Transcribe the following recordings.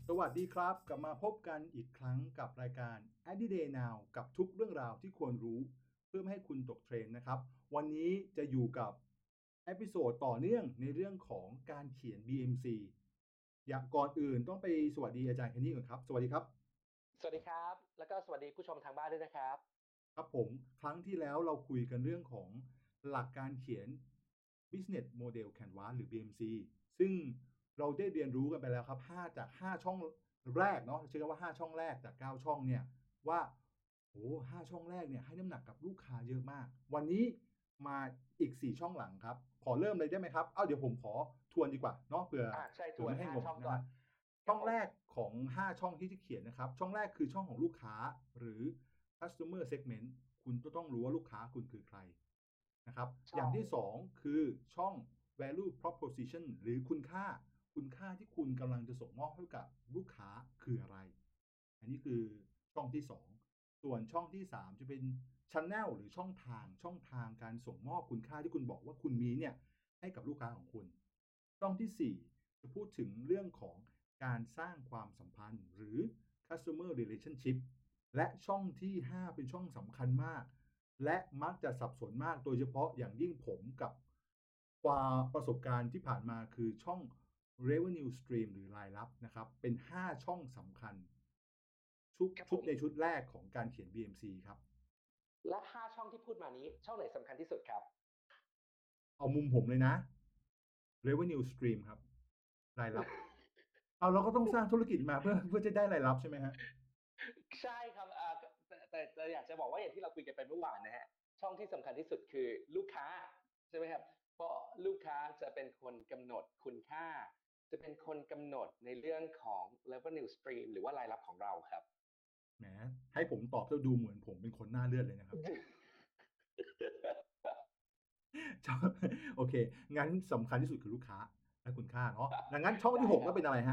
สวัสดีครับกลับมาพบกันอีกครั้งกับรายการ Everyday Now กับทุกเรื่องราวที่ควรรู้เพื่อไม่ให้คุณตกเทรนด์นะครับวันนี้จะอยู่กับเอพิโซดต่อเนื่องในเรื่องของการเขียน BMC อยากก่อนอื่นต้องไปสวัสดีอาจารย์แคนนี่ก่อนครับสวัสดีครับสวัสดีครับแล้วก็สวัสดีผู้ชมทางบ้านด้วยนะครับครับผมครั้งที่แล้วเราคุยกันเรื่องของหลักการเขียน Business Model Canvas หรือ BMC ซึ่งเราได้เรียนรู้กันไปแล้วครับ5จาก5ช่องแรกเนาะใช้คำว่า5ช่องแรกจาก9ช่องเนี่ยว่าโอ้5ช่องแรกเนี่ยให้น้ำหนักกับลูกค้าเยอะมากวันนี้มาอีก4ช่องหลังครับขอเริ่มเลยได้ไหมครับเดี๋ยวผมขอทวนดีกว่าเนาะเผื่อใช่ทวน5 ไม่ให้งงช่องก่อนนะฮะครับผมช่องแรกของ5ช่องที่จะเขียนนะครับช่องแรกคือช่องของลูกค้าหรือ customer segment คุณก็ต้องรู้ว่าลูกค้าคุณคือใครนะครับอย่าช่องงที่สองคือช่อง value proposition หรือคุณค่าที่คุณกำลังจะส่งมอบให้กับลูกค้าคืออะไรอันนี้คือช่องที่สองส่วนช่องที่สามจะเป็น channel หรือช่องทางการส่งมอบคุณค่าที่คุณบอกว่าคุณมีเนี่ยให้กับลูกค้าของคุณช่องที่สี่จะพูดถึงเรื่องของการสร้างความสัมพันธ์หรือ customer relationship และช่องที่5เป็นช่องสำคัญมากและมักจะสับสนมากโดยเฉพาะอย่างยิ่งผมกับความประสบการณ์ที่ผ่านมาคือช่อง revenue stream หรือรายรับนะครับเป็น5ช่องสำคัญครับผมชุดในชุดแรกของการเขียน BMC ครับและ5ช่องที่พูดมานี้ช่องไหนสำคัญที่สุดครับเอามุมผมเลยนะ revenue stream ครับรายรับเราก็ต้องสร้างธุรกิจมาเพื่อจะได้รายรับใช่ไหมฮะใช่ครับแต่อยากจะบอกว่าอย่างที่เราคุยกันไปเมื่อวานนะฮะช่องที่สำคัญที่สุดคือลูกค้าใช่ไหมครับเพราะลูกค้าจะเป็นคนกำหนดคุณค่าจะเป็นคนกำหนดในเรื่องของ revenue stream หรือว่ารายรับของเราครับแหมให้ผมตอบจะดูเหมือนผมเป็นคนหน้าเลือดเลยนะครับ โอเคงั้นสำคัญที่สุดคือลูกค้าและคุณค่าเนาะดังนั้นช่องที่6 ได้ครับก็เป็นอะไรฮะ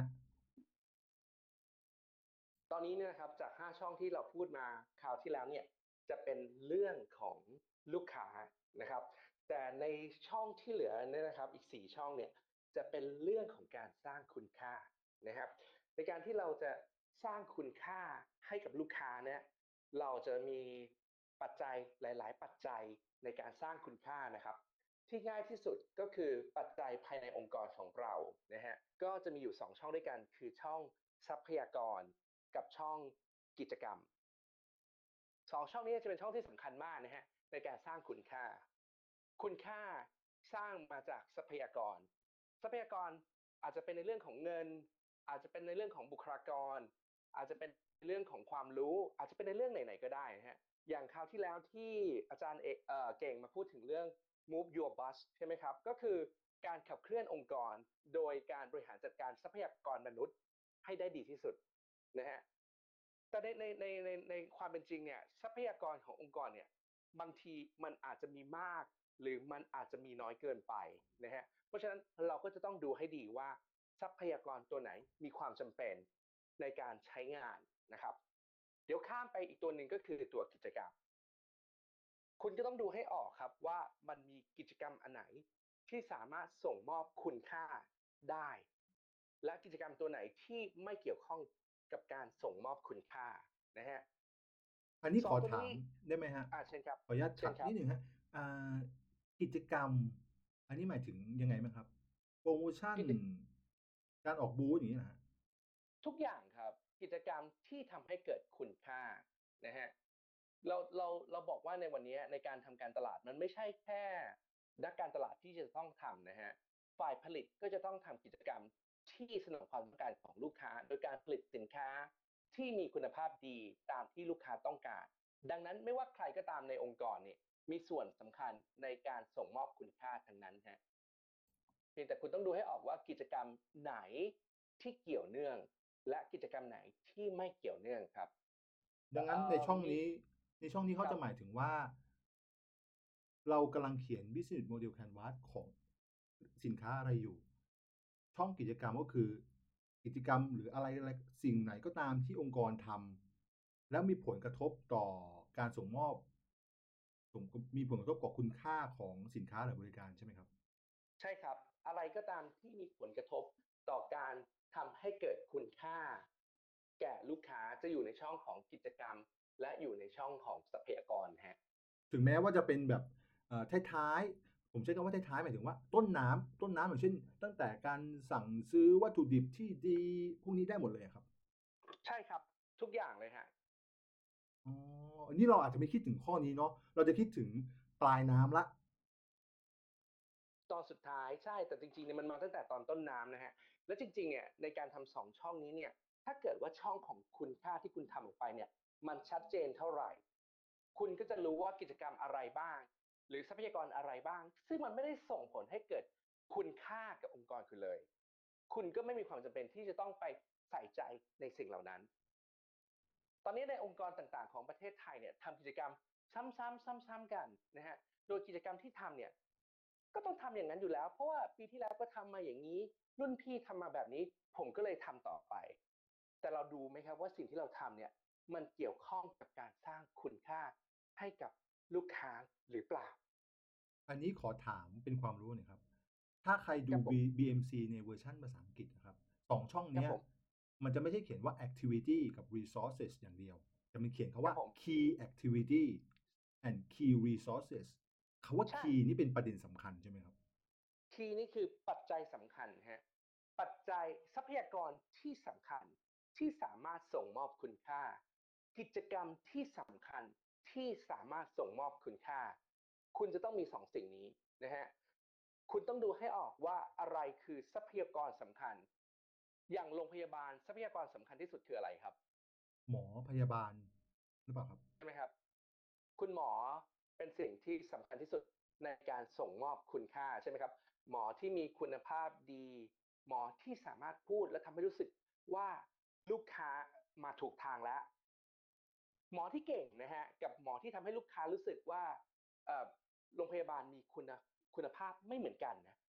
ตอนนี้เนี่ยนะครับจาก5ช่องที่เราพูดมาคราวที่แล้วเนี่ยจะเป็นเรื่องของลูกค้านะครับแต่ในช่องที่เหลือเนี่ยนะครับอีก4ช่องเนี่ยจะเป็นเรื่องของการสร้างคุณค่านะครับในการที่เราจะสร้างคุณค่าให้กับลูกค้าเนี่ยเราจะมีปัจจัยหลายๆปัจจัยในการสร้างคุณค่านะครับที่ง่ายที่สุดก็คือปัจจัยภายในองค์กรของเรานะฮะก็จะมีอยู่2ช่องด้วยกันคือช่องทรัพยากร กับช่องกิจกรรม2 ช่องนี้จะเป็นช่องที่สำคัญมากนะฮะในการสร้างคุณค่าคุณค่าสร้างมาจากทรัพยากรอาจจะเป็นในเรื่องของเงินอาจจะเป็นในเรื่องของบุคลากรอาจจะเป็นในเรื่องของความรู้อาจจะเป็นในเรื่องไหนๆก็ได้นะฮะอย่างคราวที่แล้วที่อาจารย์เก่งมาพูดถึงเรื่อง move your bus ใช่ไหมครับก็คือการขับเคลื่อนองค์กรโดยการบริหารจัดการทรัพยากรมนุษย์ให้ได้ดีที่สุด นะฮะแต่ในความเป็นจริงเนี่ยทรัพยากรขององค์กรเนี่ยบางทีมันอาจจะมีมากหรือมันอาจจะมีน้อยเกินไปนะฮะเพราะฉะนั้นเราก็จะต้องดูให้ดีว่าทรัพยากรตัวไหนมีความจำเป็นในการใช้งานนะครับเดี๋ยวข้ามไปอีกตัวหนึ่งก็คือตัวกิจกรรม คุณก็ต้องดูให้ออกครับว่ามันมีกิจกรรมอันไหนที่สามารถส่งมอบคุณค่าได้และกิจกรรมตัวไหนที่ไม่เกี่ยวข้องกับการส่งมอบคุณค่านะฮะอันนี้สองตัวนี้ขอถามได้ไหมฮะเช่นครับขออนุญาตถามเช่นครับนิดหนึ่งฮะอ่ากิจกรรมอันนี้หมายถึงยังไงบ้างครับโปรโมชั่นกิจการออกบูธอย่างนี้นะฮะทุกอย่างครับกิจกรรมที่ทำให้เกิดคุณค่านะฮะเราบอกว่าในวันนี้ในการทำการตลาดมันไม่ใช่แค่นักการตลาดที่จะต้องทำนะฮะฝ่ายผลิตก็จะต้องทำกิจกรรมที่สนองความต้องการของลูกค้าโดยการผลิตสินค้าที่มีคุณภาพดีตามที่ลูกค้าต้องการดังนั้นไม่ว่าใครก็ตามในองค์กรเนี่ยมีส่วนสำคัญในการส่งมอบคุณค่าทั้งนั้นฮะเพียงแต่คุณต้องดูให้ออกว่ากิจกรรมไหนที่เกี่ยวเนื่องและกิจกรรมไหนที่ไม่เกี่ยวเนื่องครับดังนั้นในช่องมีนี้เขาครับจะหมายถึงว่าเรากำลังเขียน Business Model Canvas ของสินค้าอะไรอยู่ช่องกิจกรรมก็คือกิจกรรมหรืออะไรสิ่งไหนก็ตามที่องค์กรทำแล้วมีผลกระทบต่อการส่งมอบส่งมีผลกระทบกับคุณค่าของสินค้าหรือบริการใช่ไหมครับใช่ครับอะไรก็ตามที่มีผลกระทบต่อการทำให้เกิดคุณค่าแก่ลูกค้าจะอยู่ในช่องของกิจกรรมและอยู่ในช่องของทรัพยากรฮะถึงแม้ว่าจะเป็นแบบท้ายๆผมใช้คำว่าท้ายๆหมายถึงว่าต้นน้ำอย่างเช่นตั้งแต่การสั่งซื้อวัตถุดิบที่ดีพวกนี้ได้หมดเลยครับใช่ครับทุกอย่างเลยฮะอ๋ออันนี้เราอาจจะไม่คิดถึงข้อนี้เนาะเราจะคิดถึงปลายน้ำละตอนสุดท้ายใช่แต่จริงๆเนี่ยมันมาตั้งแต่ตอนต้นน้ำนะฮะแล้วจริงๆเนี่ยในการทำสองช่องนี้เนี่ยถ้าเกิดว่าช่องของคุณค่าที่คุณทำออกไปเนี่ยมันชัดเจนเท่าไหร่คุณก็จะรู้ว่ากิจกรรมอะไรบ้างหรือทรัพยากรอะไรบ้างซึ่งมันไม่ได้ส่งผลให้เกิดคุณค่ากับองค์กรคุณเลยคุณก็ไม่มีความจำเป็นที่จะต้องไปใส่ใจในสิ่งเหล่านั้นตอนนี้ในองค์กรต่างๆของประเทศไทยเนี่ยทำกิจกรรมซ้ำๆกันนะฮะโดยกิจกรรมที่ทำเนี่ย ก็ต้องทำอย่างนั้นอยู่แล้วเพราะว่าปีที่แล้วก็ทำมาอย่างนี้รุ่นพี่ทำมาแบบนี้ผมก็เลยทำต่อไปแต่เราดูไหมครับว่าสิ่งที่เราทำเนี่ยมันเกี่ยวข้องกับการสร้างคุณค่าให้กับลูกค้าหรือเปล่าอันนี้ขอถามเป็นความรู้หน่อยครับถ้าใครดูครับผม BMC ในเวอร์ชันภาษาอังกฤษนะครับสองช่องเนี้ยครับผมมันจะไม่ใช่เขียนว่า activity กับ resources อย่างเดียวจะเป็นเขียนคำว่าครับผม key activity and key resources คำว่าใช่ key นี่เป็นประเด็นสำคัญใช่ไหมครับคีย์นี่คือปัจจัยสำคัญฮะปัจจัยทรัพยากรที่สำคัญที่สามารถส่งมอบคุณค่ากิจกรรมที่สำคัญที่สามารถส่งมอบคุณค่าคุณจะต้องมีสองสิ่งนี้นะฮะคุณต้องดูให้ออกว่าอะไรคือทรัพยากรสำคัญอย่างโรงพยาบาลทรัพยากรสำคัญที่สุดคืออะไรครับหมอพยาบาลหรือเปล่าครับใช่ไหมครับคุณหมอเป็นสิ่งที่สำคัญที่สุดในการส่งมอบคุณค่าใช่ไหมครับหมอที่มีคุณภาพดีหมอที่สามารถพูดและทำให้รู้สึกว่าลูกค้ามาถูกทางแล้วหมอที่เก่งนะฮะกับหมอที่ทำให้ลูกค้ารู้สึกว่าโรงพยาบาลมีคุณภาพไม่เหมือนกันนะ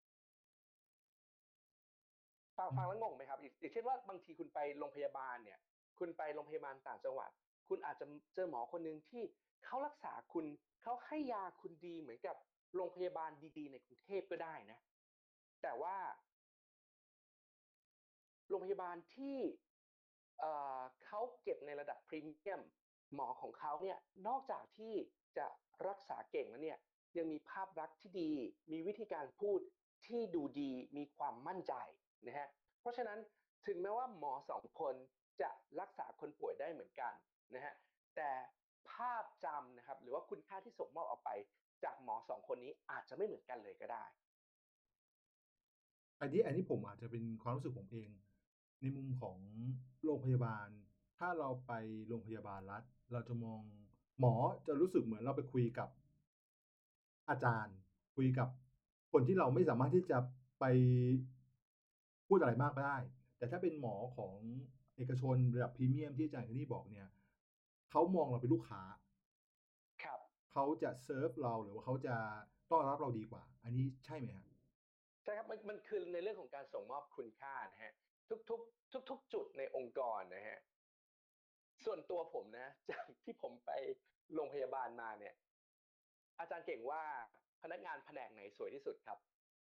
ฟังแล้วงงไหมครับอย่างเช่นว่าบางทีคุณไปโรงพยาบาลเนี่ยคุณไปโรงพยาบาลต่างจังหวัดคุณอาจจะเจอหมอคนหนึ่งที่เขารักษาคุณเขาให้ยาคุณดีเหมือนกับโรงพยาบาลดีๆในกรุงเทพก็ได้นะแต่ว่าโรงพยาบาลที่เขาเก็บในระดับพรีเมียมหมอของเขาเนี่ยนอกจากที่จะรักษาเก่งแล้วเนี่ยยังมีภาพลักษณ์ที่ดีมีวิธีการพูดที่ดูดีมีความมั่นใจนะฮะเพราะฉะนั้นถึงแม้ว่าหมอสองคนจะรักษาคนป่วยได้เหมือนกันนะฮะแต่ภาพจำนะครับหรือว่าคุณค่าที่ส่งมอบออกไปจากหมอสองคนนี้อาจจะไม่เหมือนกันเลยก็ได้อันนี้ผมอาจจะเป็นความรู้สึกผมเองในมุมของโรงพยาบาลถ้าเราไปโรงพยาบาลรัฐเราจะมองหมอจะรู้สึกเหมือนเราไปคุยกับอาจารย์คุยกับคนที่เราไม่สามารถที่จะไปพูดอะไรมากได้แต่ถ้าเป็นหมอของเอกชนระดับพรีเมียมที่อาจารย์คนนี้บอกเนี่ยเขามองเราเป็นลูกค้าครับเขาจะเซิร์ฟเราหรือว่าเขาจะต้อนรับเราดีกว่าอันนี้ใช่ไหมฮะใช่ครับมันคือในเรื่องของการส่งมอบคุณค่านะฮะทุกจุดในองค์กรนะฮะ ส่วนตัวผมนะจากที่ผมไปโรงพยาบาลมาเนี่ยอาจารย์เก่งว่าพนักงานแผนกไหนสวยที่สุดครับ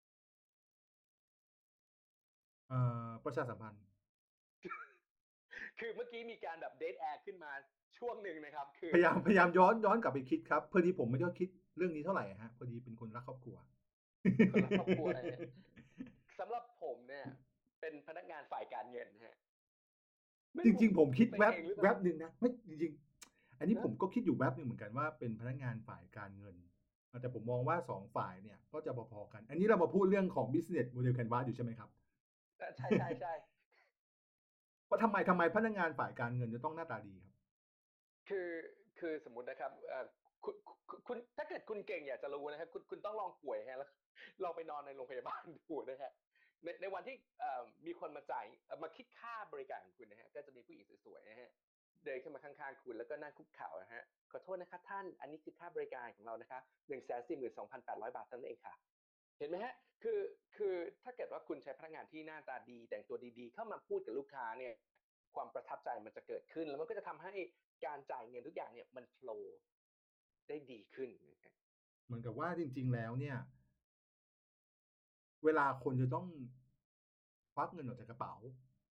ประชาสัมพันธ์คือเมื่อกี้มีการแบบเดทแอร์ขึ้นมาช่วงหนึ่งนะครับคือพยายามย้อนกลับไปคิดครับพอดีผมไม่ได้คิดเรื่องนี้เท่าไหร่ฮะพอดีเป็นคนรักครอบครัวคนละครอบครัวนะฮะสำหรับผมเนี่ยเป็นพนักงานฝ่ายการเงินฮะไม่จรู้ริงๆผมคิดไปแวบเองหรือเปล่าแวบหนึ่งนะไม่จริงๆอันนี้ผนะมก็คิดอยู่แวบหนึ่งเหมือนกันว่าเป็นพนักงานฝ่ายการเงินแต่ผมมองว่าสองฝ่ายเนี่ยก็จะพอๆกันอันนี้เรามาพูดเรื่องของ business model canvas อยู่ใช่ไหมครับใช่ว่าทำไมพนักงานฝ่ายการเงินจะต้องหน้าตาดีครับคือคือสมมุตินะครับคุณถ้าเกิดคุณเก่งอยากจะรู้นะครับคุณต้องลองป่วยฮะแล้วลองไปนอนในโรงพยาบาลดูนะฮะในวันที่มีคนมาจ่ายมาคิดค่าบริการของคุณนะฮะก็จะมีผู้หญิงสวยๆนะฮะเดินขึ้นมาข้างๆคุณแล้วก็นั่งคุกเข่านะฮะขอโทษนะคะท่านอันนี้คือค่าบริการของเรานะคะ142,800 บาทเท่านั้นเองค่ะเห็นไหมฮะคือถ้าเกิดว่าคุณใช้พนักงานที่หน้าตาดีแต่งตัวดีๆเข้ามาพูดกับลูกค้าเนี่ยความประทับใจมันจะเกิดขึ้นแล้วมันก็จะทำให้การจ่ายเงินทุกอย่างเนี่ยมันโฟลว์ได้ดีขึ้นนะเหมือนกับว่าจริงๆแล้วเนี่ยเวลาคนจะต้องควักเงินออกจากกระเป๋า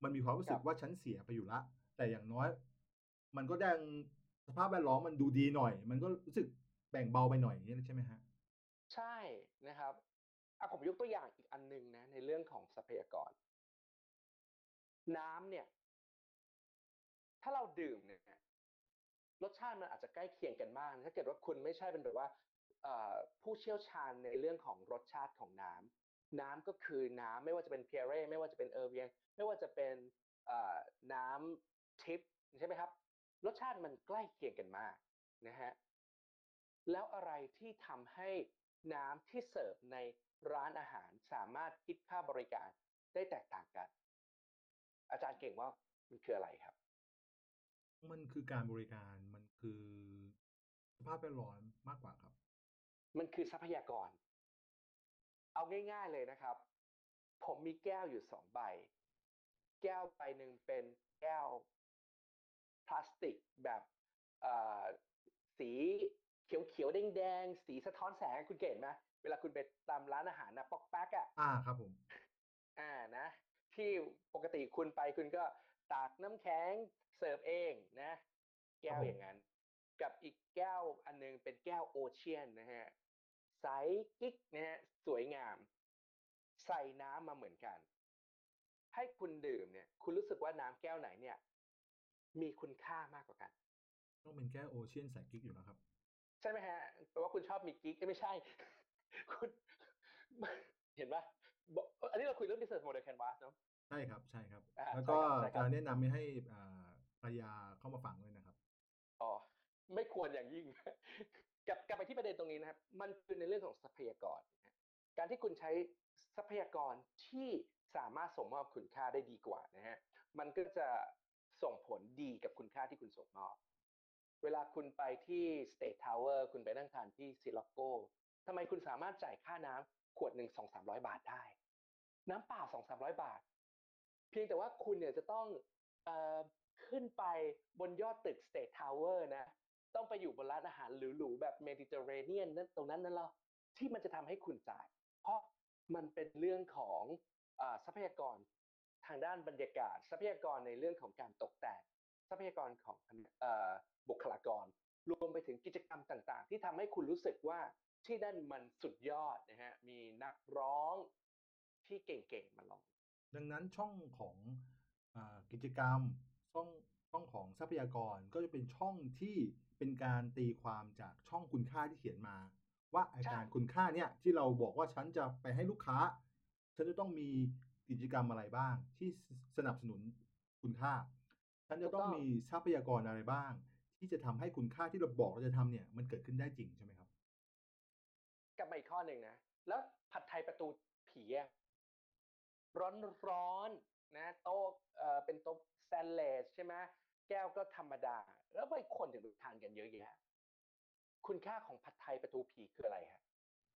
มันมีความรู้ครับสึกว่าฉันเสียไปอยู่ละแต่อย่างน้อย มันก็ยังสภาพแวดล้อมมันดูดีหน่อย มันก็รู้สึกแบ่งเบาไปหน่อยอย่างนี้ใช่ไหมฮะใช่นะครับผมยกตัวอย่างอีกอันหนึ่งนะในเรื่องของทรัพยากรน้ำเนี่ยถ้าเราดื่มเนี่ยรสชาติมันอาจจะใกล้เคียงกันมากถ้าเกิดว่าคุณไม่ใช่เป็นแบบว่าผู้เชี่ยวชาญในเรื่องของรสชาติของน้ำน้ำก็คือน้ำไม่ว่าจะเป็นเพียเร่ไม่ว่าจะเป็นเออร์เวียงไม่ว่าจะเป็นน้ำทิพย์ใช่ไหมครับรสชาติมันใกล้เคียงกันมากนะฮะแล้วอะไรที่ทำให้น้ำที่เสิร์ฟในร้านอาหารสามารถคิดค่าบริการได้แตกต่างกันอาจารย์เก่งว่ามันคืออะไรครับมันคือการบริการมันคือสภาพแวดล้อมมากกว่าครับมันคือทรัพยากร เอาง่ายๆเลยนะครับ ผมมีแก้วอยู่2 ใบ แก้วใบหนึ่งเป็นแก้วพลาสติกแบบเอ่อสีเขียวๆแดงๆสีสะท้อนแสงคุณเห็นไหมเวลาคุณไปตามร้านอาหารนะป๊อกแป๊กอ่ะครับผมนะที่ปกติคุณไปคุณก็ตักน้ำแข็งเสิร์ฟเองนะครัแก้บผมวอย่างนั้นกับอีกแก้วอันนึงเป็นแก้วโอเชียนนะฮะใสกิ๊กนะฮะสวยงามใส่น้ำมาเหมือนกันให้คุณดื่มเนี่ยคุณรู้สึกว่าน้ำแก้วไหนเนี่ยมีคุณค่ามากกว่ากันต้องเป็นแก้วโอเชียนใส่กิ๊กอยู่แล้วครับใช่ไหมฮะแปลว่าคุณชอบมีกิ๊กไม่ใช่คุณเห็นปะบอกอันนี้เราคุยเรื่อง business model canvas เนาะใช่ครับใช่ครับแล้วใช่ก็ครับใช่ครับจะแนะนำไม่ให้อ่าภรรยาเข้ามาฟังด้วยนะครับอ๋อไม่ควรอย่างยิ่งกลับไปที่ประเด็นตรงนี้นะครับมันคือในเรื่องของทรัพยากรนะการที่คุณใช้ทรัพยากรที่สามารถส่งมอบคุณค่าได้ดีกว่านะฮะมันก็จะส่งผลดีกับคุณค่าที่คุณส่งมอบเวลาคุณไปที่ State Tower คุณไปนั่งทานที่ซิลโก้ทำไมคุณสามารถจ่ายค่าน้ำขวดหนึ่ง200-300 บาทได้น้ำเปล่า200-300 บาทเพียงแต่ว่าคุณเนี่ยจะต้องเอ่อ ขึ้นไปบนยอดตึก State Tower นะต้องไปอยู่บนร้านอาหารหรูๆแบบเมดิเตอร์เรเนียนนั่นตรงนั้นนั่นหรอที่มันจะทำให้คุณจ่ายเพราะมันเป็นเรื่องของทรัพยากรทางด้านบรรยากาศทรัพยากรในเรื่องของการตกแต่งทรัพยากรของบุคลากรรวมไปถึงกิจกรรมต่างๆที่ทำให้คุณรู้สึกว่าที่นั่นมันสุดยอดนะฮะมีนักร้องที่เก่งๆมาร้องดังนั้นช่องของกิจกรรมช่องช่องของทรัพยากรก็จะเป็นช่องที่เป็นการตีความจากช่องคุณค่าที่เขียนมาว่าอาใช่การคุณค่าเนี่ยที่เราบอกว่าฉันจะไปให้ลูกค้าฉันจะต้องมีกิจกรรมอะไรบ้างที่สนับสนุนคุณค่าฉันจะถูกต้องต้องมีทรัพยากรอะไรบ้างที่จะทำให้คุณค่าที่เราบอกเราจะทำเนี่ยมันเกิดขึ้นได้จริงใช่ไหมครับกลับมาอีกข้อหนึ่งนะแล้วผัดไทยประตูผีอะร้อนๆนะโต๊ะเป็นโต๊ะสแตนเลสใช่ไหมแก้วก็ธรรมดาแล้วไปคนถึงไปทานกันเยอะแยะคุณค่าของผัดไทยประตูผีคืออะไรฮะ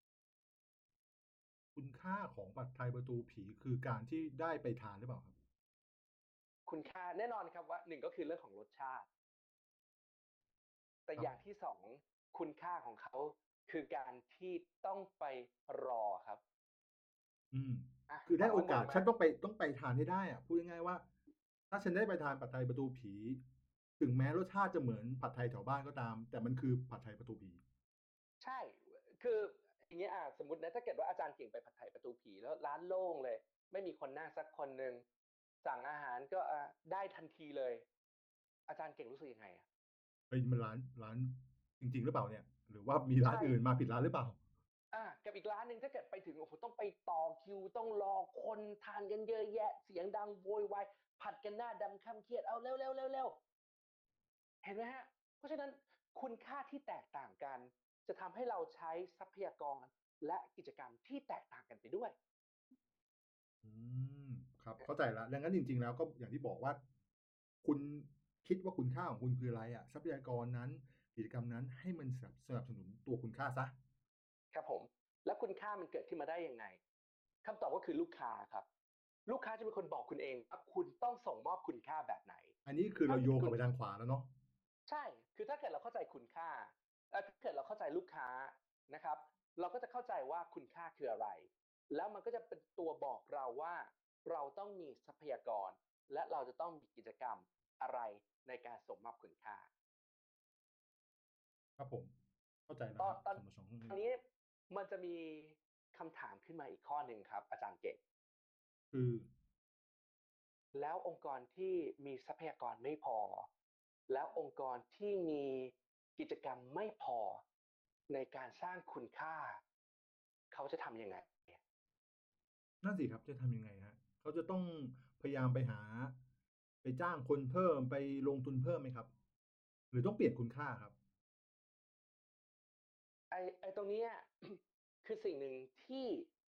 คุณค่าของผัดไทยประตูผีคือการที่ได้ไปทานหรือเปล่าครับคุณค่าแน่นอนครับว่าหนึ่งก็คือเรื่องของรสชาติแต่ครับอย่างที่สองคุณค่าของเขาคือการที่ต้องไปรอครับอืมอ่ะคือได้ฟังโอกาสแล้วงงไหมฉันต้องไปทานให้ได้อะพูดง่ายๆว่าถ้าฉันได้ไปทานผัดไทยประตูผีถึงแม้รสชาติจะเหมือนผัดไทยแถวบ้านก็ตามแต่มันคือผัดไทยประตูผีใช่คืออย่างเงี้ยสมมตินะถ้าเกิดว่าอาจารย์เก่งไปผัดไทยประตูผีแล้วร้านโล่งเลยไม่มีคนนั่งสักคนหนึ่งสั่งอาหารก็ได้ทันทีเลยอาจารย์เก่งรู้สึกยังไงเฮ้ยมันร้านจริงๆหรือเปล่าเนี่ยหรือว่ามีร้านใช่อื่นมาผิดร้านหรือเปล่ากับอีกร้านหนึ่งถ้าเกิดไปถึงโอ้โหต้องไปต่อคิวต้องรอคนทานกันเยอะแยะเสียงดังโวยวายผัดกันหน้าดำคำเครียดเอาเร็วเร็วเร็วเร็วเห็นไหมฮะเพราะฉะนั้นคุณค่าที่แตกต่างกันจะทำให้เราใช้ทรัพยากรและกิจกรรมที่แตกต่างกันไปด้วยอืมครับเข้าใจแล้วดังนั้นจริงๆแล้วก็อย่างที่บอกว่าคุณคิดว่าคุณค่าของคุณคืออะไรอะทรัพยากรนั้นกิจกรรมนั้นให้มันสนับสนุนตัวคุณค่าซะครับผมแล้วคุณค่ามันเกิดขึ้นมาได้ยังไงคำตอบก็คือลูกค้าครับลูกค้าจะเป็นคนบอกคุณเองว่าคุณต้องส่งมอบคุณค่าแบบไหนอันนี้คือถ้าเราโยงกคุณลับไปทางขวาแล้วเนาะใช่คือถ้าเกิดเราเข้าใจคุณค่าถ้าเกิดเราเข้าใจลูกค้านะครับเราก็จะเข้าใจว่าคุณค่าคืออะไรแล้วมันก็จะเป็นตัวบอกเราว่าเราต้องมีทรัพยากรและเราจะต้องมีกิจกรรมอะไรในการส่งมอบคุณค่าครับผมเข้าใจแล้วตอครับนตอนสำหรับสองเรื่องตอนนี้นี้มันจะมีคำถามขึ้นมาอีกข้อหนึ่งครับอาจารย์เก่งคือแล้วองค์กรที่มีทรัพยากรไม่พอแล้วองค์กรที่มีกิจกรรมไม่พอในการสร้างคุณค่าเขาจะทำยังไงนั่นสิครับจะทำยังไงฮะเขาจะต้องพยายามไปหาไปจ้างคนเพิ่มไปลงทุนเพิ่มไหมครับหรือต้องเปลี่ยนคุณค่าครับไอตรงนี้ คือสิ่งหนึ่งที่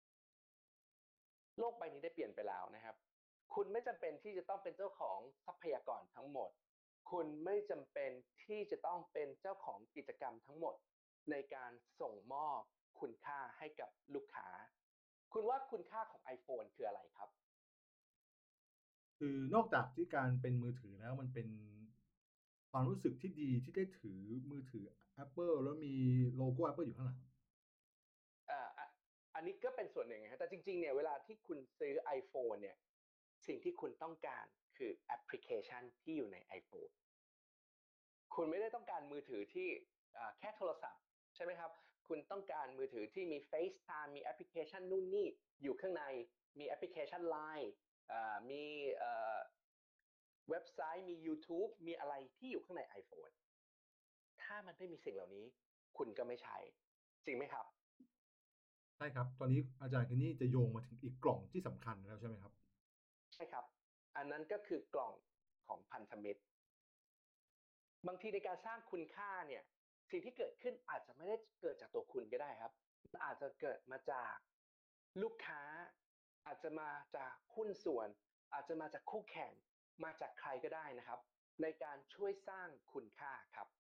โลกใบนี้ได้เปลี่ยนไปแล้วนะครับคุณไม่จำเป็นที่จะต้องเป็นเจ้าของทรัพยากรทั้งหมดคุณไม่จำเป็นที่จะต้องเป็นเจ้าของกิจกรรมทั้งหมดในการส่งมอบคุณค่าให้กับลูกค้าคุณว่าคุณค่าของ iPhone คืออะไรครับคือนอกจากที่การเป็นมือถือแล้วมันเป็นความรู้สึกที่ดีที่ได้ถือมือถือ Apple แล้วมีโลโก้ Apple อยู่ข้างหลังอ่าอันนี้ก็เป็นส่วนหนึ่งนะแต่จริงๆเนี่ยเวลาที่คุณซื้อ iPhone เนี่ยสิ่งที่คุณต้องการคือแอปพลิเคชันที่อยู่ใน iPhone คุณไม่ได้ต้องการมือถือที่แค่โทรศัพท์ใช่ไหมครับคุณต้องการมือถือที่มี FaceTime มีแอปพลิเคชันนู่นนี่อยู่ข้างในมีแอปพลิเคชัน Line มีเว็บไซต์มี YouTube มีอะไรที่อยู่ข้างใน iPhone ถ้ามันไม่มีสิ่งเหล่านี้คุณก็ไม่ใช้จริงไหมครับใช่ครับตอนนี้อาจารย์คนนี้จะโยงมาถึงอีกกล่องที่สำคัญแล้วใช่ไหมครับใช่ครับอันนั้นก็คือกล่องของพันธมิตร บางทีในการสร้างคุณค่าเนี่ยสิ่งที่เกิดขึ้นอาจจะไม่ได้เกิดจากตัวคุณก็ได้ครับมันอาจจะเกิดมาจากลูกค้าอาจจะมาจากหุ้นส่วนอาจจะมาจากคู่แข่งมาจากใครก็ได้นะครับในการช่วยสร้างคุณค่าครับ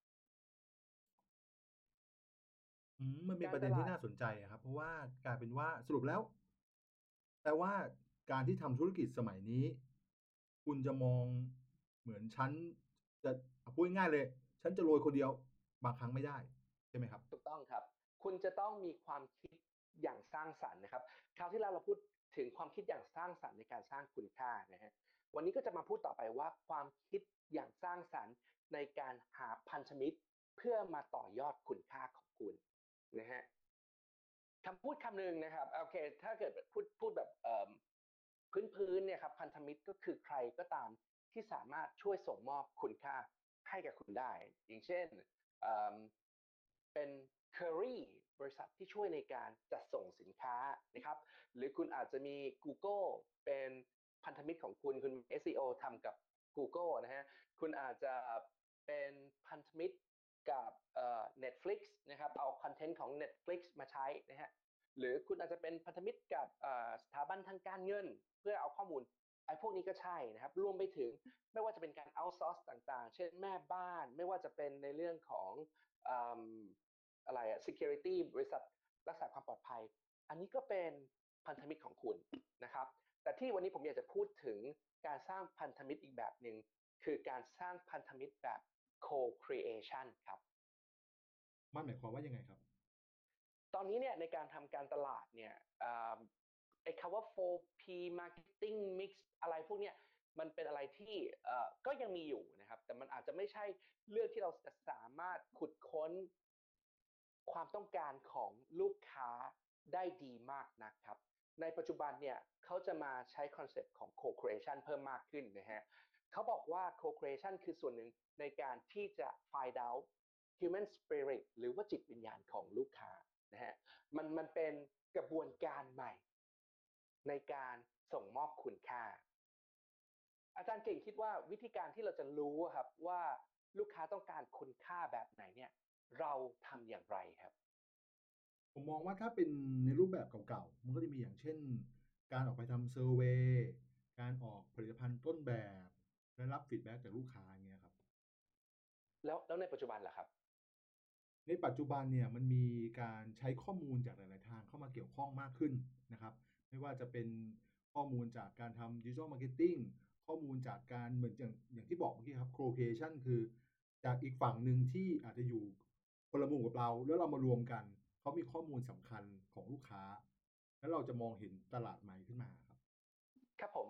มันมีประเด็นที่การตลาดน่าสนใจอะครับเพราะว่ากลายเป็นว่าสรุปแล้วแต่ว่าการที่ทำธุรกิจสมัยนี้คุณจะมองเหมือนฉันจะพูดง่ายๆเลยฉันจะรวยคนเดียวบางครั้งไม่ได้ใช่ไหมครับถูกต้องครับคุณจะต้องมีความคิดอย่างสร้างสรรค์นะครับคราวที่แล้วเราพูดถึงความคิดอย่างสร้างสรรค์ในการสร้างคุณค่านะฮะวันนี้ก็จะมาพูดต่อไปว่าความคิดอย่างสร้างสรรค์ในการหาพันธมิตรเพื่อมาต่อยอดคุณค่าของคุณนะฮะคำพูดคำหนึ่งนะครับโอเคถ้าเกิดพูดแบบพื้นเนี่ยครับพันธมิตรก็คือใครก็ตามที่สามารถช่วยส่งมอบคุณค่าให้กับคุณได้อย่างเช่นเป็น Curry บริษัทที่ช่วยในการจัดส่งสินค้านะครับหรือคุณอาจจะมี Google เป็นพันธมิตรของคุณ SEO ทำกับ Google นะฮะคุณอาจจะเป็นพันธมิตรกับNetflix นะครับเอาคอนเทนต์ของ Netflix มาใช้นะฮะหรือคุณอาจจะเป็นพันธมิตรกับสถาบันทางการเงินเพื่อเอาข้อมูลไอ้พวกนี้ก็ใช่นะครับรวมไปถึงไม่ว่าจะเป็นการ outsource ต่างๆเช่นแม่บ้านไม่ว่าจะเป็นในเรื่องของอะไรsecurity บริษัทรักษาความปลอดภัยอันนี้ก็เป็นพันธมิตรของคุณนะครับแต่ที่วันนี้ผมอยากจะพูดถึงการสร้างพันธมิตรอีกแบบหนึ่งคือการสร้างพันธมิตรแบบ co-creation ครับมันหมายความว่ายังไงครับตอนนี้เนี่ยในการทำการตลาดเนี่ยไอ้คำว่า 4P marketing mix อะไรพวกเนี้ยมันเป็นอะไรที่ก็ยังมีอยู่นะครับแต่มันอาจจะไม่ใช่เรื่องที่เราจะสามารถขุดค้นความต้องการของลูกค้าได้ดีมากนะครับในปัจจุบันเนี่ยเขาจะมาใช้คอนเซปต์ของ co-creation เพิ่มมากขึ้นนะฮะเขาบอกว่า co-creation คือส่วนหนึ่งในการที่จะ find out human spirit หรือว่าจิตวิญญาณของลูกค้านะฮะมันเป็นกระบวนการใหม่ในการส่งมอบคุณค่าอาจารย์เก่งคิดว่าวิธีการที่เราจะรู้ครับว่าลูกค้าต้องการคุณค่าแบบไหนเนี่ยเราทำอย่างไรครับผมมองว่าถ้าเป็นในรูปแบบเก่าๆมันก็จะมีอย่างเช่นการออกไปทำเซอร์เวย์การออกผลิตภัณฑ์ต้นแบบและรับฟีดแบ็กจากลูกค้าอย่างเงี้ยครับแล้วในปัจจุบันล่ะครับในปัจจุบันเนี่ยมันมีการใช้ข้อมูลจากหลายๆทางเข้ามาเกี่ยวข้องมากขึ้นนะครับไม่ว่าจะเป็นข้อมูลจากการทำ Digital Marketing ข้อมูลจากการเหมือนอย่างที่บอกเมื่อกี้ครับ Co-creation คือจากอีกฝั่งหนึ่งที่อาจจะอยู่คนละมุมกับเราแล้วเรามารวมกันเขามีข้อมูลสำคัญของลูกค้าแล้วเราจะมองเห็นตลาดใหม่ขึ้นมาครับครับผม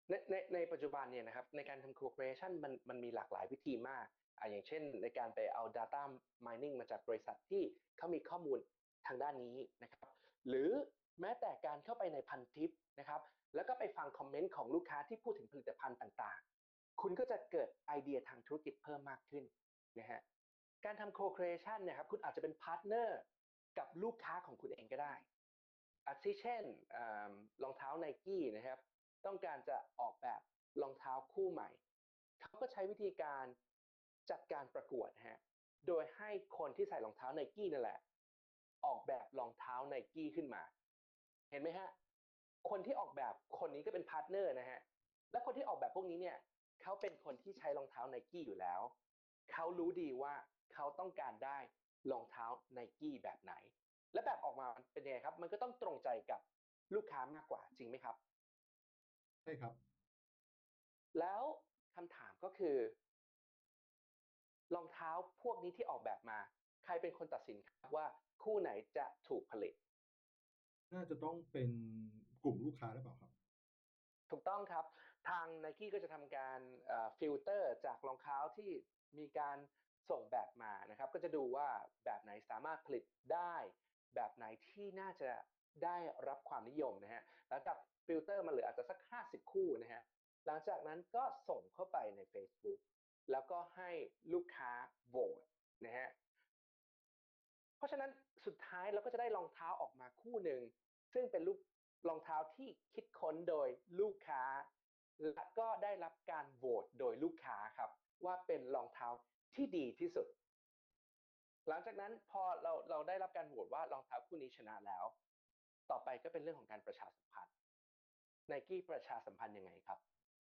ในปัจจุบันเนี่ยนะครับในการทำ co-creation มันมีหลากหลายวิธีมากอย่างเช่นในการไปเอา data mining มาจากบริษัทที่เขามีข้อมูลทางด้านนี้นะครับหรือแม้แต่การเข้าไปในพันทิปนะครับแล้วก็ไปฟังคอมเมนต์ของลูกค้าที่พูดถึงผลิตภัณฑ์ต่างๆคุณก็จะเกิดไอเดียทางธุรกิจเพิ่มมากขึ้นนะฮะการทำ co-creation เนี่ยครับคุณอาจจะเป็นพาร์ทเนอร์กับลูกค้าของคุณเองก็ได้อาทิเช่นรองเท้าไนกี้นะครับ ต้องการจะออกแบบรองเท้าคู่ใหม่ เขาก็ใช้วิธีการจัดการประกวดฮะโดยให้คนที่ใส่รองเท้าไนกี้นั่นแหละออกแบบรองเท้าไนกี้ขึ้นมา เห็นไหมฮะคนที่ออกแบบคนนี้ก็เป็นพาร์ทเนอร์นะฮะและคนที่ออกแบบพวกนี้เนี่ยเขาเป็นคนที่ใช้รองเท้าไนกี้อยู่แล้วเขารู้ดีว่าเขาต้องการได้รองเท้าไนกี้แบบไหนและแบบออกมาเป็นยังไงครับมันก็ต้องตรงใจกับลูกค้ามากกว่าจริงไหมครับใช่ครับแล้วคำถามก็คือรองเท้าพวกนี้ที่ออกแบบมาใครเป็นคนตัดสินครับว่าคู่ไหนจะถูกผลิตน่าจะต้องเป็นกลุ่มลูกค้าหรือเปล่าครับถูกต้องครับทาง Nike ก็จะทำการฟิลเตอร์จากรองเท้าที่มีการส่งแบบมานะครับก็จะดูว่าแบบไหนสามารถผลิตได้แบบไหนที่น่าจะได้รับความนิยมนะฮะหลังจากฟิลเตอร์มาเหลืออาจจะสัก50คู่นะฮะหลังจากนั้นก็ส่งเข้าไปใน Facebook แล้วก็ให้ลูกค้าโหวตนะฮะ เพราะฉะนั้นสุดท้ายเราก็จะได้รองเท้าออกมาคู่หนึ่งซึ่งเป็นรองเท้าที่คิดค้นโดยลูกค้าและก็ได้รับการโหวตโดยลูกค้าครับว่าเป็นรองเท้าที่ดีที่สุดหลังจากนั้นพอเราได้รับการโหวตว่ารองเท้าคู่นี้ชนะแล้วต่อไปก็เป็นเรื่องของการประชาสัมพันธ์ไนกี้ประชาสัมพันธ์ยังไงครับ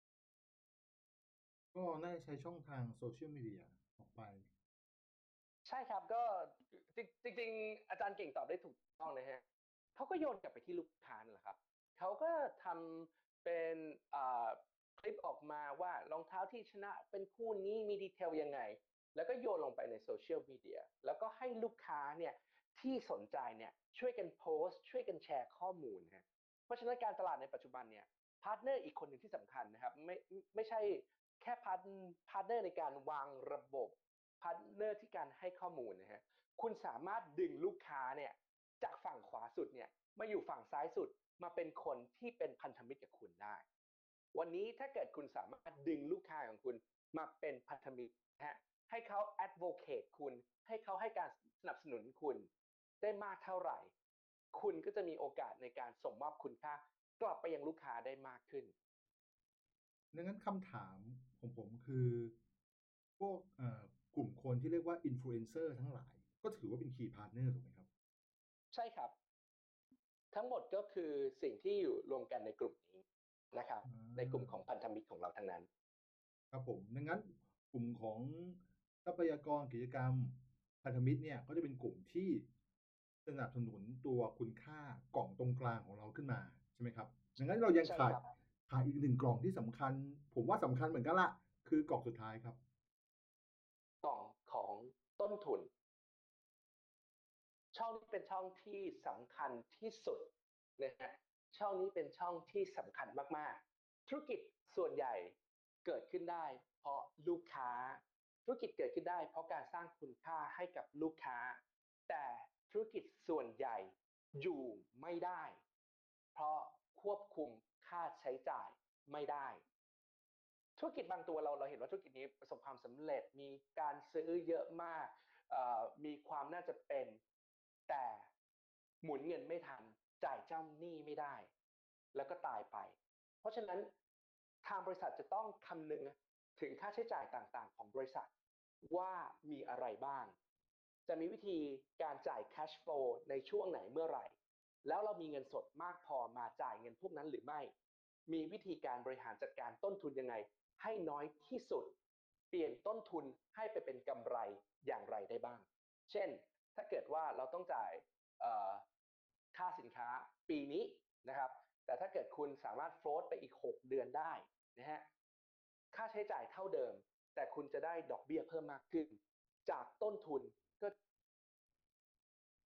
ก็น่าจะใช้ช่องทางโซเชียลมีเดียออกไปใช่ครับก็จริงๆอาจารย์เก่งตอบได้ถูกต้องนะฮะเขาก็โยนกลับไปที่ลูกค้านั่นแหละครับเขาก็ทำเป็นคลิปออกมาว่ารองเท้าที่ชนะเป็นคู่นี้มีดีเทลยังไงแล้วก็โยนลงไปในโซเชียลมีเดียแล้วก็ให้ลูกค้าเนี่ยที่สนใจเนี่ยช่วยกันโพสต์ช่วยกันแชร์ข้อมูลนะเพราะฉะนั้นการตลาดในปัจจุบันเนี่ยพาร์ทเนอร์อีกคนหนึ่งที่สำคัญนะครับไม่ใช่แค่พาร์ทเนอร์ในการวางระบบ พาร์ทเนอร์ที่การให้ข้อมูลนะฮะคุณสามารถดึงลูกค้าเนี่ยจากฝั่งขวาสุดเนี่ยมาอยู่ฝั่งซ้ายสุดมาเป็นคนที่เป็นพันธมิตรกับคุณได้วันนี้ถ้าเกิดคุณสามารถดึงลูกค้าของคุณมาเป็นพันธมิตรนะฮะให้เขา advocate คุณให้เขาให้การสนับสนุนคุณได้มากเท่าไหร่คุณก็จะมีโอกาสในการส่งมอบคุณค่ากลับไปยังลูกค้าได้มากขึ้นดังนั้นคำถามของผมคือพวกกลุ่มคนที่เรียกว่าอินฟลูเอนเซอร์ทั้งหลายก็ถือว่าเป็นคีย์พาร์ทเนอร์ถูกไหมครับใช่ครับ ทั้งหมดก็คือสิ่งที่อยู่รวมกันในกลุ่มนี้นะครับอ่ในกลุ่มของาพันธมิตรของเราทั้งนั้นครับผมดังนั้นกลุ่มของทรัพยากรกิจกรรมพันธมิตรเนี่ยก็จะเป็นกลุ่มที่สนับสนุนตัวคุณค่ากล่องตรงกลางของเราขึ้นมาใช่ไหมครับดังนั้นเรายังขาดใช่ครับอีกหนึ่งกล่องที่สำคัญผมว่าสำคัญเหมือนกันละคือกล่องสุดท้ายครับกล่องของต้นทุนช่องนี้เป็นช่องที่สำคัญที่สุดนะฮะช่องนี้เป็นช่องที่สำคัญมากๆธุรกิจส่วนใหญ่เกิดขึ้นได้เพราะลูกค้าธุรกิจเกิดขึ้นได้เพราะการสร้างคุณค่าให้กับลูกค้าแต่ธุรกิจส่วนใหญ่อยู่ไม่ได้เพราะควบคุมค่าใช้จ่ายไม่ได้ ธุรกิจบางตัวเราเห็นว่าธุรกิจนี้ประสบความสำเร็จมีการซื้อเยอะมากมีความน่าจะเป็นแต่หมุนเงินไม่ทันจ่ายเจ้าหนี้ไม่ได้แล้วก็ตายไปเพราะฉะนั้นทางบริษัทจะต้องคำนึงถึงค่าใช้จ่ายต่างๆของบริษัทว่ามีอะไรบ้างจะมีวิธีการจ่าย cash flow ในช่วงไหนเมื่อไหร่แล้วเรามีเงินสดมากพอมาจ่ายเงินพวกนั้นหรือไม่มีวิธีการบริหารจัดการต้นทุนยังไง ให้น้อยที่สุดเปลี่ยนต้นทุนให้ไปเป็นกำไรอย่างไรได้บ้างเช่นถ้าเกิดว่าเราต้องจ่ายค่าสินค้าปีนี้นะครับแต่ถ้าเกิดคุณสามารถโฟลตไปอีก6 เดือนได้นะฮะค่าใช้จ่ายเท่าเดิมแต่คุณจะได้ดอกเบี้ยเพิ่มมากขึ้นจากต้นทุนก็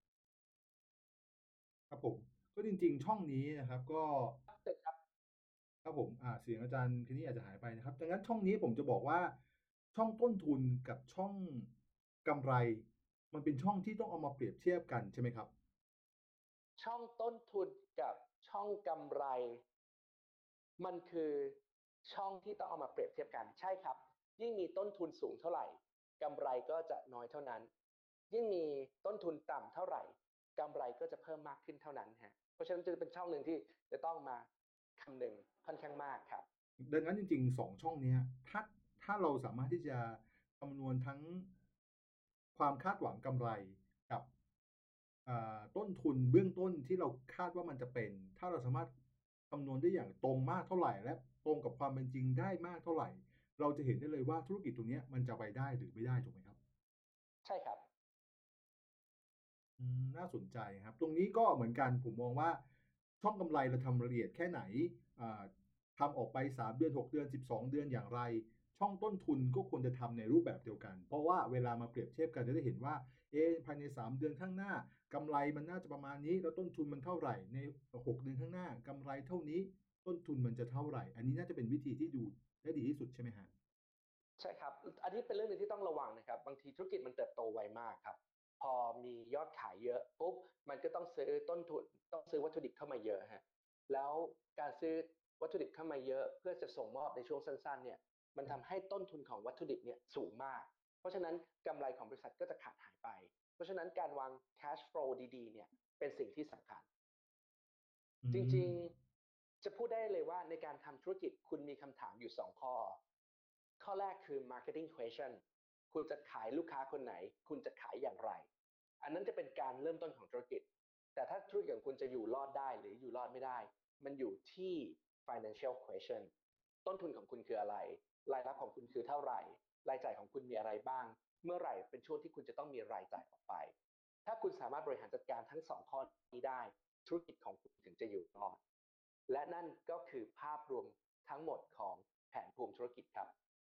ครับผมก็จริงๆช่องนี้นะครับก็เสร็จครับครับผมเสียงอาจารย์ทีนี้อาจจะหายไปนะครับดังนั้นช่องนี้ผมจะบอกว่าช่องต้นทุนกับช่องกำไรมันเป็นช่องที่ต้องเอามาเปรียบเทียบกันใช่ไหมครับช่องต้นทุนกับช่องกำไรมันคือช่องที่ต้องเอามาเปรียบเทียบกันใช่ครับยิ่งมีต้นทุนสูงเท่าไหร่กำไรก็จะน้อยเท่านั้นยิ่งมีต้นทุนต่ำเท่าไหร่กำไรก็จะเพิ่มมากขึ้นเท่านั้นฮะเพราะฉะนั้นจะเป็นช่องหนึ่งที่จะต้องมาคำนึงค่อนข้างมากครับดังนั้นจริงๆ2ช่องเนี้ยถ้าเราสามารถที่จะคำนวณทั้งความคาดหวังกำไรกับต้นทุนเบื้องต้นที่เราคาดว่ามันจะเป็นถ้าเราสามารถคำนวณได้อย่างตรงมากเท่าไหร่และตรงกับความเป็นจริงได้มากเท่าไหร่เราจะเห็นได้เลยว่าธุรกิจตรงเนี้ยมันจะไปได้หรือไม่ได้ถูกไหมครับใช่ครับน่าสนใจครับตรงนี้ก็เหมือนกันผมมองว่าช่องกำไรเราทำรายละเอียดแค่ไหนอ่าทำออกไป3เดือน6เดือน12เดือนอย่างไรช่องต้นทุนก็ควรจะทำในรูปแบบเดียวกันเพราะว่าเวลามาเปรียบเทียบกันจะได้เห็นว่าภายใน3เดือนข้างหน้ากำไรมันน่าจะประมาณนี้แล้วต้นทุนมันเท่าไหร่ใน6เดือนข้างหน้ากำไรเท่านี้ต้นทุนมันจะเท่าไหร่อันนี้น่าจะเป็นวิธีที่ดูได้ดีที่สุดใช่ไหมฮะใช่ครับอันนี้เป็นเรื่องหนึ่งที่ต้องระวังนะครับบางทีธุรกิจมันเติบโตไวมากครับพอมียอดขายเยอะปุ๊บมันก็ต้องซื้อต้นทุนต้องซื้อวัตถุดิบเข้ามาเยอะฮะแล้วการซื้อวัตถุดิบเข้ามาเยอะเพื่อจะส่งมอบในช่วงสั้นๆเนี่ยมันทำให้ต้นทุนของวัตถุดิบเนี่ยสูงมากเพราะฉะนั้นกำไรของบริษัทก็จะขาดหายไปเพราะฉะนั้นการวาง cash flow ดีๆเนี่ยเป็นสิ่งที่สำคัญอืจมริงๆจะพูดได้เลยว่าในการทำธุรกิจคุณมีคำถามอยู่2ข้อข้อแรกคือ marketing question คุณจะขายลูกค้าคนไหนคุณจะขายอย่างไรอันนั้นจะเป็นการเริ่มต้นของธุรกิจแต่ถ้าธุรกิจของคุณจะอยู่รอดได้หรืออยู่รอดไม่ได้มันอยู่ที่ financial question ต้นทุนของคุณคืออะไรรายรับของคุณคือเท่าไหร่รายจ่ายของคุณมีอะไรบ้างเมื่อไหร่เป็นช่วงที่คุณจะต้องมีรายจ่ายออกไปถ้าคุณสามารถบริหารจัดการทั้ง2ข้อนี้ได้ ธุรกิจของคุณถึงจะอยู่รอดและนั่นก็คือภาพรวมทั้งหมดของแผนภูมิธุรกิจครับ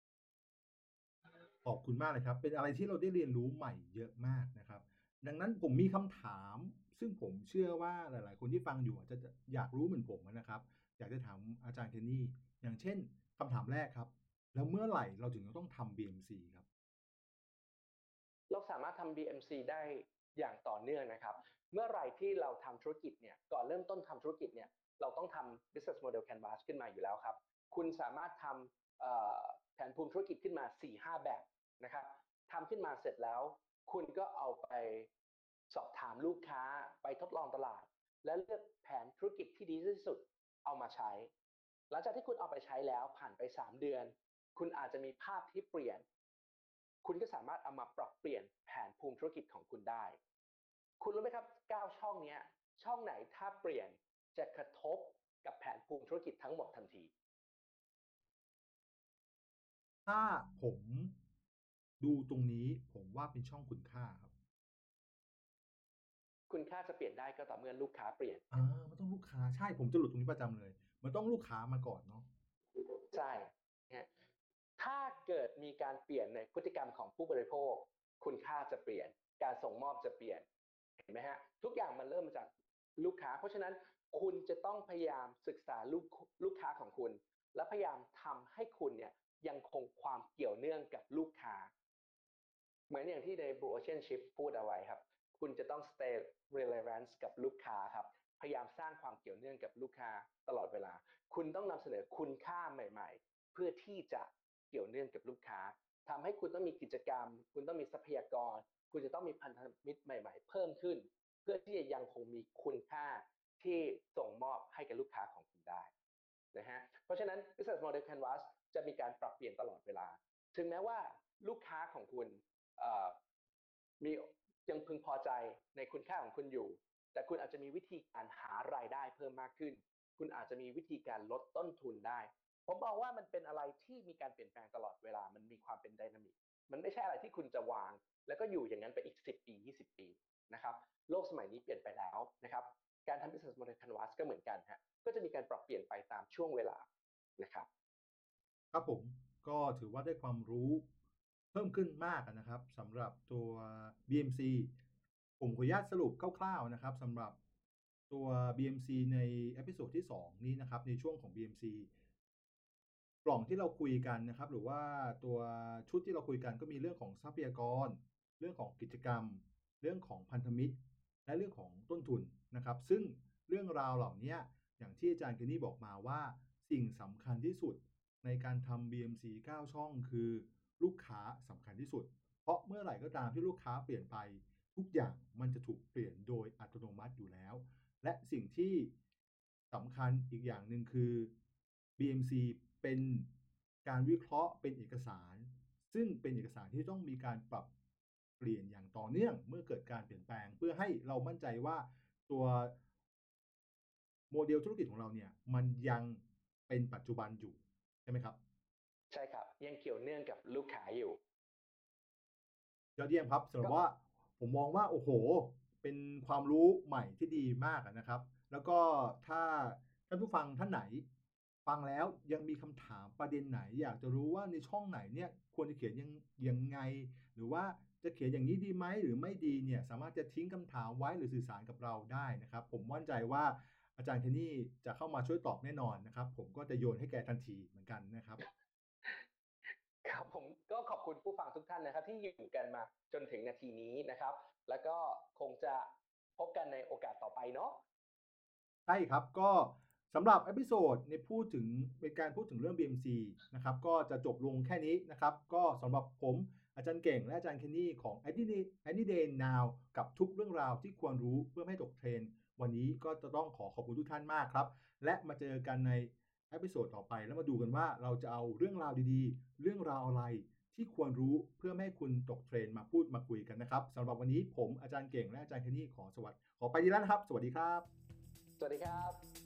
ขอบคุณมากเลยครับเป็นอะไรที่เราได้เรียนรู้ใหม่เยอะมากนะครับดังนั้นผมมีคำถามซึ่งผมเชื่อว่าหลายๆคนที่ฟังอยู่อาจจะอยากรู้เหมือนผมนะครับอยากจะถามอาจารย์เคนนี่อย่างเช่นคำถามแรกครับแล้วเมื่อไหร่เราถึงจะต้องทำ BMC ครับเราสามารถทำ BMC ได้อย่างต่อเนื่องนะครับเมื่อไหร่ที่เราทำธุรกิจเนี่ยก่อนเริ่มต้นทำธุรกิจเนี่ยเราต้องทำ business model canvas ขึ้นมาอยู่แล้วครับคุณสามารถทำแผนภูมิธุรกิจขึ้นมา 4-5 แบบนะครับทำขึ้นมาเสร็จแล้วคุณก็เอาไปสอบถามลูกค้าไปทดลองตลาดและเลือกแผนธุรกิจที่ดีที่สุดเอามาใช้หลังจากที่คุณเอาไปใช้แล้วผ่านไป3เดือนคุณอาจจะมีภาพที่เปลี่ยนคุณก็สามารถเอามาปรับเปลี่ยนแผนภูมิธุรกิจของคุณได้คุณรู้ไหมครับ9ช่องนี้ช่องไหนถ้าเปลี่ยนจะกระทบกับแผนภูมิธุรกิจทั้งหมดทันทีถ้าผมดูตรงนี้ผมว่าเป็นช่องคุณค่าครับคุณค่าจะเปลี่ยนได้ก็ต่อเมื่อลูกค้าเปลี่ยนมันต้องลูกค้าใช่ผมจะหลุดตรงนี้ประจำเลยมันต้องลูกค้ามาก่อนเนาะใช่ถ้าเกิดมีการเปลี่ยนในพฤติกรรมของผู้บริโภคคุณค่าจะเปลี่ยนการส่งมอบจะเปลี่ยนเห็นไหมฮะทุกอย่างมันเริ่มมาจากลูกค้าเพราะฉะนั้นคุณจะต้องพยายามศึกษาลูกค้าของคุณและพยายามทำให้คุณเนี่ยยังคงความเกี่ยวเนื่องกับลูกค้าเหมือนอย่างที่ใน Blue Ocean Shift พูดเอาไว้ครับคุณจะต้อง stay relevant กับลูกค้าครับพยายามสร้างความเกี่ยวเนื่องกับลูกค้าตลอดเวลาคุณต้องนำเสนอคุณค่าใหม่ๆเพื่อที่จะเกี่ยวเนื่องกับลูกค้าทำให้คุณต้องมีกิจกรรมคุณต้องมีทรัพยากรคุณจะต้องมีพันธมิตรใหม่ๆเพิ่มขึ้นเพื่อที่จะยังคงมีคุณค่าที่ส่งมอบให้กับลูกค้าของคุณได้นะฮะเพราะฉะนั้น Business Model Canvas จะมีการปรับเปลี่ยนตลอดเวลาถึงแม้ว่าลูกค้าของคุณมียังพึงพอใจในคุณค่าของคุณอยู่แต่คุณอาจจะมีวิธีการหารายได้เพิ่มมากขึ้นคุณอาจจะมีวิธีการลดต้นทุนได้ผมมองว่ามันเป็นอะไรที่มีการเปลี่ยนแปลงตลอดเวลามันมีความเป็นไดนามิกมันไม่ใช่อะไรที่คุณจะวางแล้วก็อยู่อย่างนั้นไปอีก10 ปี20 ปีนะครับโลกสมัยนี้เปลี่ยนไปแล้วนะครับการทำ business model canvas ก็เหมือนกันฮะก็จะมีการปรับเปลี่ยนไปตามช่วงเวลานะครับครับผมก็ถือว่าได้ความรู้เพิ่มขึ้นมากนะครับสำหรับตัว BMC ผมขออนุญาตสรุปคร่าวๆนะครับสำหรับตัว BMC ในเอพิโซดที่2นี้นะครับในช่วงของ BMC กล่องที่เราคุยกันนะครับหรือว่าตัวชุดที่เราคุยกันก็มีเรื่องของทรัพยากรเรื่องของกิจกรรมเรื่องของพันธมิตรและเรื่องของต้นทุนนะครับซึ่งเรื่องราวเหล่านี้อย่างที่อาจารย์เคนนี่บอกมาว่าสิ่งสำคัญที่สุดในการทำ BMC 9 ช่องคือลูกค้าสำคัญที่สุดเพราะเมื่อไหร่ก็ตามที่ลูกค้าเปลี่ยนไปทุกอย่างมันจะถูกเปลี่ยนโดยอัตโนมัติอยู่แล้วและสิ่งที่สำคัญอีกอย่างหนึ่งคือ BMC เป็นการวิเคราะห์เป็นเอกสารซึ่งเป็นเอกสารที่ต้องมีการปรับเปลี่ยนอย่างต่อเนื่องเมื่อเกิดการเปลี่ยนแปลงเพื่อให้เรามั่นใจว่าตัวโมเดลธุรกิจของเราเนี่ยมันยังเป็นปัจจุบันอยู่ใช่ไหมครับใช่ครับยังเกี่ยวเนื่องกับลูกค้าอยู่ยอดเยี่ยมครับสำหรับก็ว่าผมมองว่าโอ้โหเป็นความรู้ใหม่ที่ดีมากนะครับแล้วก็ถ้าท่านผู้ฟังท่านไหนฟังแล้วยังมีคำถามประเด็นไหนอยากจะรู้ว่าในช่องไหนเนี่ยควรจะเขียนยังไงหรือว่าจะเขียนอย่างนี้ดีไหมหรือไม่ดีเนี่ยสามารถจะทิ้งคำถามไว้หรือสื่อสารกับเราได้นะครับผมมั่นใจว่าอาจารย์เคนนี่จะเข้ามาช่วยตอบแน่นอนนะครับผมก็จะโยนให้แกทันทีเหมือนกันนะครับครับผมก็ขอบคุณผู้ฟังทุกท่านนะครับที่อยู่กันมาจนถึงนาทีนี้นะครับแล้วก็คงจะพบกันในโอกาสต่อไปเนาะใช่ครับก็สำหรับเอพิโซดในพูดถึงเป็นการพูดถึงเรื่อง BMC นะครับก็จะจบลงแค่นี้นะครับก็สำหรับผมอาจารย์เก่งและอาจารย์เคนนี่ของ Any Day Now กับทุกเรื่องราวที่ควรรู้เพื่อไม่ให้ตกเทรนด์วันนี้ก็จะต้องขอบคุณทุกท่านมากครับและมาเจอกันในเอพิโซดต่อไปแล้วมาดูกันว่าเราจะเอาเรื่องราวดีๆเรื่องราวอะไรที่ควรรู้เพื่อไม่ให้คุณตกเทรนด์มาพูดมาคุยกันนะครับสำหรับวันนี้ผมอาจารย์เก่งและอาจารย์เคนนี่ขอไปดีแล้วนะครับสวัสดีครับสวัสดีครับ